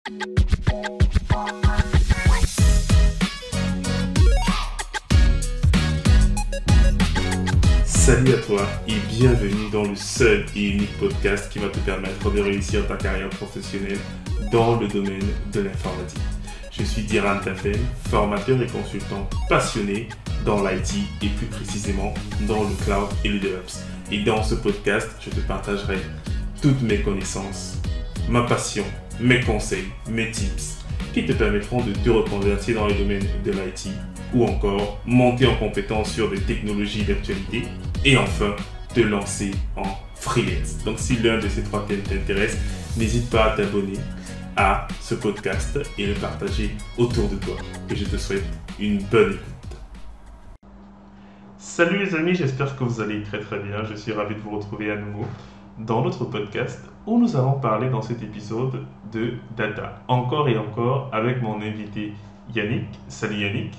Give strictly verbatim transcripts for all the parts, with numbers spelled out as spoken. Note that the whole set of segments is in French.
Salut à toi et bienvenue dans le seul et unique podcast qui va te permettre de réussir ta carrière professionnelle dans le domaine de l'informatique. Je suis Diran Tafel, formateur et consultant passionné dans l'I T et plus précisément dans le cloud et le DevOps. Et dans ce podcast, je te partagerai toutes mes connaissances, ma passion, mes conseils, mes tips qui te permettront de te reconvertir dans le domaine de l'I T ou encore monter en compétence sur des technologies d'actualité et enfin te lancer en freelance. Donc si l'un de ces trois thèmes t'intéresse, n'hésite pas à t'abonner à ce podcast et le partager autour de toi. Et je te souhaite une bonne écoute. Salut les amis, j'espère que vous allez très très bien. Je suis ravi de vous retrouver à nouveau dans notre podcast où nous allons parler dans cet épisode de data. Encore et encore avec mon invité Yannick. Salut Yannick.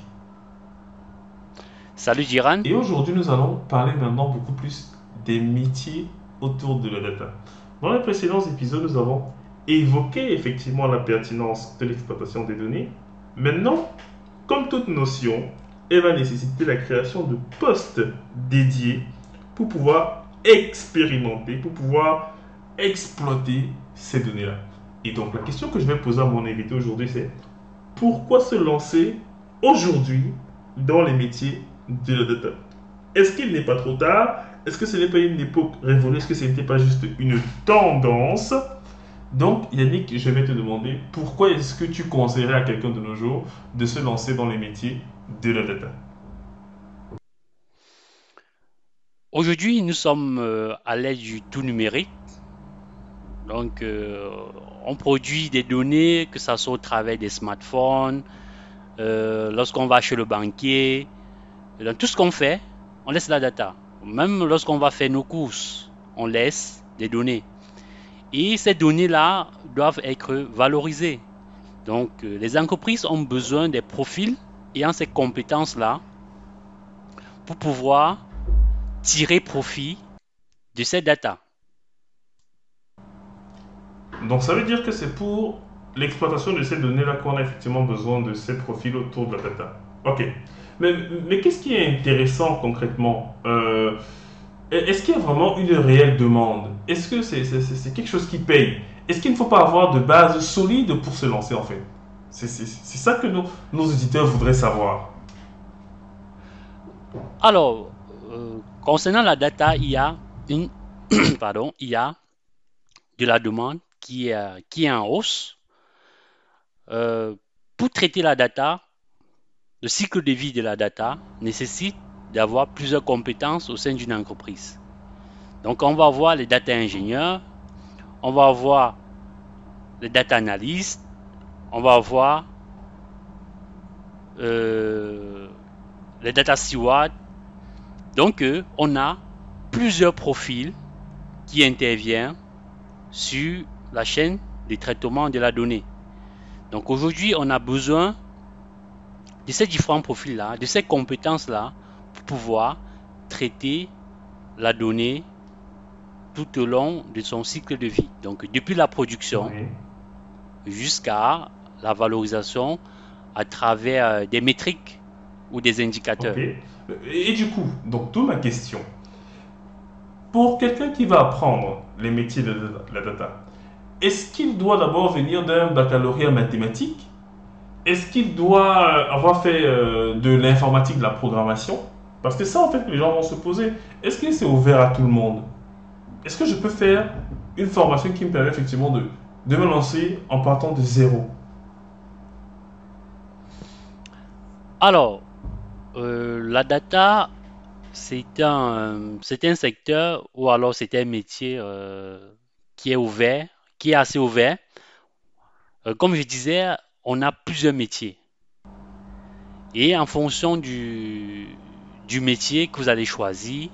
Salut Diran. Et aujourd'hui, nous allons parler maintenant beaucoup plus des métiers autour de la data. Dans les précédents épisodes, nous avons évoqué effectivement la pertinence de l'exploitation des données. Maintenant, comme toute notion, elle va nécessiter la création de postes dédiés pour pouvoir expérimenter, pour pouvoir exploiter ces données-là. Et donc, la question que je vais poser à mon invité aujourd'hui, c'est pourquoi se lancer aujourd'hui dans les métiers de la data? Est-ce qu'il n'est pas trop tard? Est-ce que ce n'est pas une époque révolue? Est-ce que ce n'était pas juste une tendance? Donc Yannick, je vais te demander pourquoi est-ce que tu conseillerais à quelqu'un de nos jours de se lancer dans les métiers de la data? Aujourd'hui, nous sommes euh, à l'ère du tout numérique. Donc, euh, on produit des données, que ça soit au travers des smartphones, euh, lorsqu'on va chez le banquier. Dans tout ce qu'on fait, on laisse la data. Même lorsqu'on va faire nos courses, on laisse des données. Et ces données-là doivent être valorisées. Donc, euh, les entreprises ont besoin des profils ayant ces compétences-là pour pouvoir tirer profit de ces data. Donc ça veut dire que c'est pour l'exploitation de ces données-là qu'on a effectivement besoin de ces profils autour de la data. Ok. Mais, mais qu'est-ce qui est intéressant concrètement? euh, Est-ce qu'il y a vraiment une réelle demande? Est-ce que c'est, c'est, c'est quelque chose qui paye? Est-ce qu'il ne faut pas avoir de base solide pour se lancer en fait? C'est, c'est, c'est ça que nos, nos auditeurs voudraient savoir. Alors, euh, concernant la data, il y a une, pardon, il y a de la demande qui est, qui est en hausse. Euh, pour traiter la data, le cycle de vie de la data nécessite d'avoir plusieurs compétences au sein d'une entreprise. Donc, on va avoir les data ingénieurs, on va avoir les data analystes, on va avoir euh, les data stewards. Donc, euh, on a plusieurs profils qui interviennent sur la chaîne de traitement de la donnée. Donc, aujourd'hui, on a besoin de ces différents profils-là, de ces compétences-là, pour pouvoir traiter la donnée tout au long de son cycle de vie. Donc, depuis la production Oui. jusqu'à la valorisation à travers des métriques ou des indicateurs. Ok. Et du coup, donc, d'où ma question. Pour quelqu'un qui va apprendre les métiers de la data, est-ce qu'il doit d'abord venir d'un baccalauréat mathématique? Est-ce qu'il doit avoir fait euh, de l'informatique, de la programmation? Parce que ça, en fait, les gens vont se poser. Est-ce que c'est ouvert à tout le monde? Est-ce que je peux faire une formation qui me permet effectivement de, de me lancer en partant de zéro? Alors, euh, la data, c'est un, c'est un secteur ou alors c'est un métier euh, qui est ouvert, qui est assez ouvert. Euh, comme je disais, on a plusieurs métiers. Et en fonction du, du métier que vous allez choisir,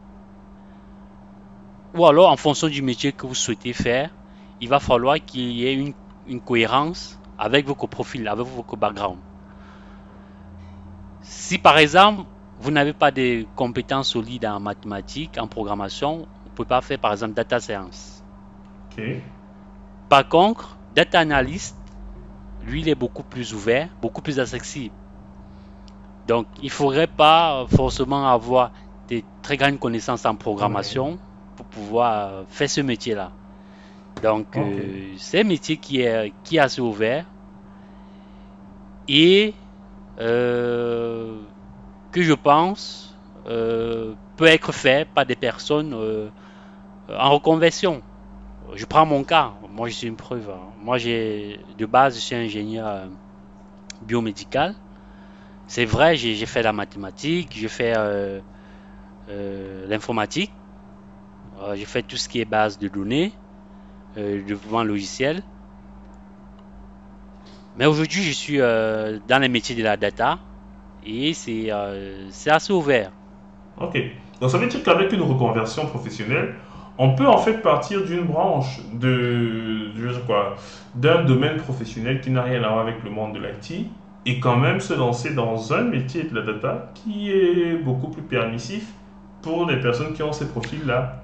ou alors en fonction du métier que vous souhaitez faire, il va falloir qu'il y ait une, une cohérence avec votre profil, avec votre background. Si par exemple, vous n'avez pas de compétences solides en mathématiques, en programmation, vous ne pouvez pas faire par exemple data science. Ok. Par contre, data analyst, lui, il est beaucoup plus ouvert, beaucoup plus accessible. Donc, il ne faudrait pas forcément avoir des très grandes connaissances en programmation ouais. pour pouvoir faire ce métier-là. Donc, okay. euh, c'est un métier qui est, qui est assez ouvert et euh, que je pense euh, peut être fait par des personnes euh, en reconversion. Je prends mon cas, moi je suis une preuve. Moi, j'ai, de base, je suis ingénieur biomédical. C'est vrai, j'ai, j'ai fait la mathématique, j'ai fait euh, euh, l'informatique, euh, j'ai fait tout ce qui est base de données, euh, développement logiciel. Mais aujourd'hui, je suis euh, dans les métiers de la data et c'est, euh, c'est assez ouvert. Ok. Donc ça veut dire qu'avec une reconversion professionnelle, on peut en fait partir d'une branche, de, je sais quoi, d'un domaine professionnel qui n'a rien à voir avec le monde de l'I T et quand même se lancer dans un métier de la data qui est beaucoup plus permissif pour les personnes qui ont ces profils-là.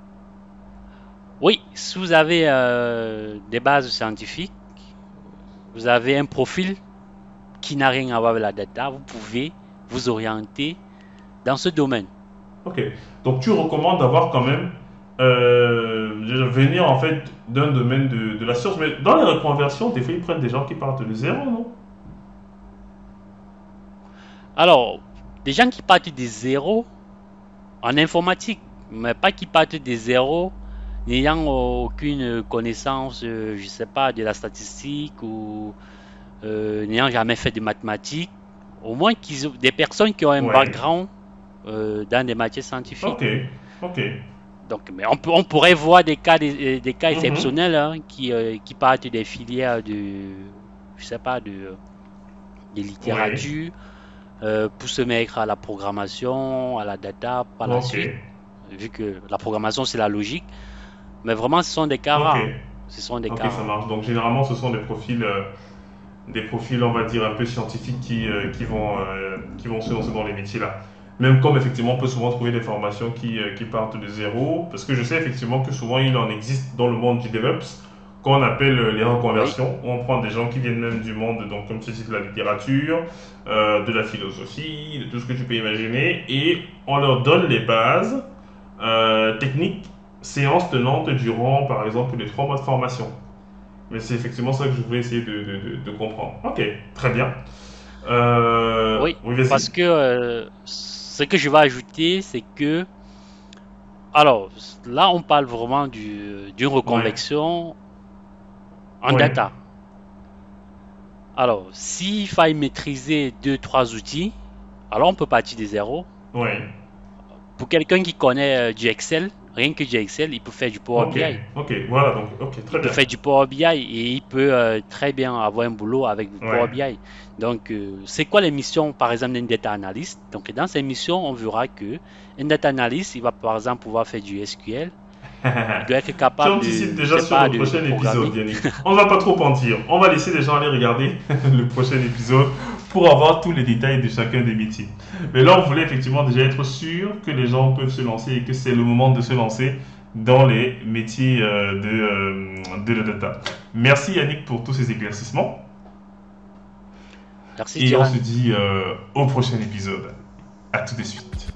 Oui, si vous avez euh, des bases scientifiques, vous avez un profil qui n'a rien à voir avec la data, vous pouvez vous orienter dans ce domaine. Ok, donc tu recommandes d'avoir quand même euh, venir en fait d'un domaine de, de la science, mais dans les reconversions, des fois ils prennent des gens qui partent de zéro, non? Alors, des gens qui partent de zéro en informatique, mais pas qui partent de zéro n'ayant aucune connaissance, euh, je sais pas, de la statistique ou euh, n'ayant jamais fait de mathématiques, au moins qu'ils ont des personnes qui ont un ouais. background euh, dans des matières scientifiques. Ok, ok. Donc, mais on, peut, on pourrait voir des cas, des, des cas mm-hmm. exceptionnels hein, qui, euh, qui partent des filières de, je sais pas, de, de littérature ouais. euh, pour se mettre à la programmation, à la data par la okay. suite, vu que la programmation c'est la logique. Mais vraiment, ce sont des cas rares. Okay. Ce sont des ok, cas ça rares. marche. Donc, généralement, ce sont des profils, euh, des profils, on va dire, un peu scientifiques qui, euh, qui, vont, euh, qui vont se lancer dans les métiers-là. Même comme, effectivement, on peut souvent trouver des formations qui, euh, qui partent de zéro. Parce que je sais, effectivement, que souvent, il en existe dans le monde du DevOps, qu'on appelle les reconversions. Oui. On prend des gens qui viennent même du monde, donc, comme tu dis, de la littérature, euh, de la philosophie, de tout ce que tu peux imaginer. Et on leur donne les bases euh, techniques, séances tenantes durant, par exemple, les trois mois de formation. Mais c'est effectivement ça que je voulais essayer de, de, de, de comprendre. Ok, très bien. Euh... Oui, oui parce que euh, ce que je vais ajouter, c'est que... Alors, là, on parle vraiment du, d'une reconversion ouais. en ouais. data. Alors, s'il faille maîtriser deux, trois outils, alors on peut partir de zéro. Ouais. Pour quelqu'un qui connaît euh, du Excel, rien que du Excel, il peut faire du Power okay. B I. Ok, voilà, donc, ok, très il bien. peut faire du Power B I et il peut euh, très bien avoir un boulot avec du ouais. Power B I. Donc, euh, c'est quoi les missions, par exemple, d'un data analyst? Donc, dans ces missions, on verra que un data analyst, il va, par exemple, pouvoir faire du S Q L. Il doit être capable tu de... déjà sur pas, le prochain épisode, Yannick. On ne va pas trop mentir. On va laisser les gens aller regarder le prochain épisode pour avoir tous les détails de chacun des métiers. Mais là, on voulait effectivement déjà être sûr que les gens peuvent se lancer et que c'est le moment de se lancer dans les métiers euh, de, euh, de la data. Merci Yannick pour tous ces éclaircissements. Merci. Et Diran. On se dit euh, au prochain épisode. À tout de suite.